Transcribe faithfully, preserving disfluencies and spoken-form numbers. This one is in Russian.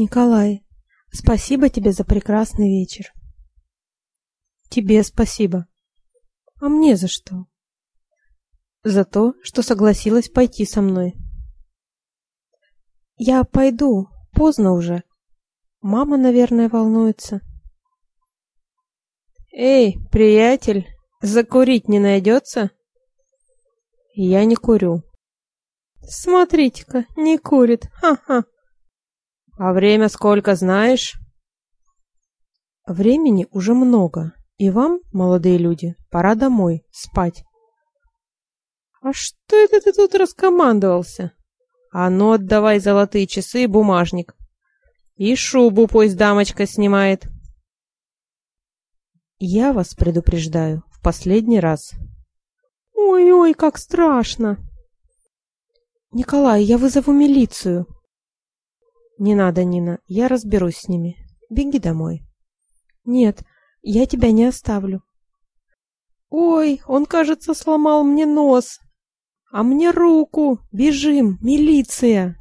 Николай, спасибо тебе за прекрасный вечер. Тебе спасибо. А мне за что? За то, что согласилась пойти со мной. Я пойду, поздно уже. Мама, наверное, волнуется. Эй, приятель, закурить не найдется? Я не курю. Смотрите-ка, не курит. Ха-ха. А время сколько, знаешь? Времени уже много, и вам, молодые люди, пора домой, спать. А что это ты тут раскомандовался? А ну, отдавай золотые часы и бумажник. И шубу пусть дамочка снимает. Я вас предупреждаю в последний раз. Ой-ой, как страшно. Николай, я вызову милицию. Не надо, Нина, я разберусь с ними. Беги домой. Нет, я тебя не оставлю. Ой, он, кажется, сломал мне нос. А мне руку. Бежим, милиция.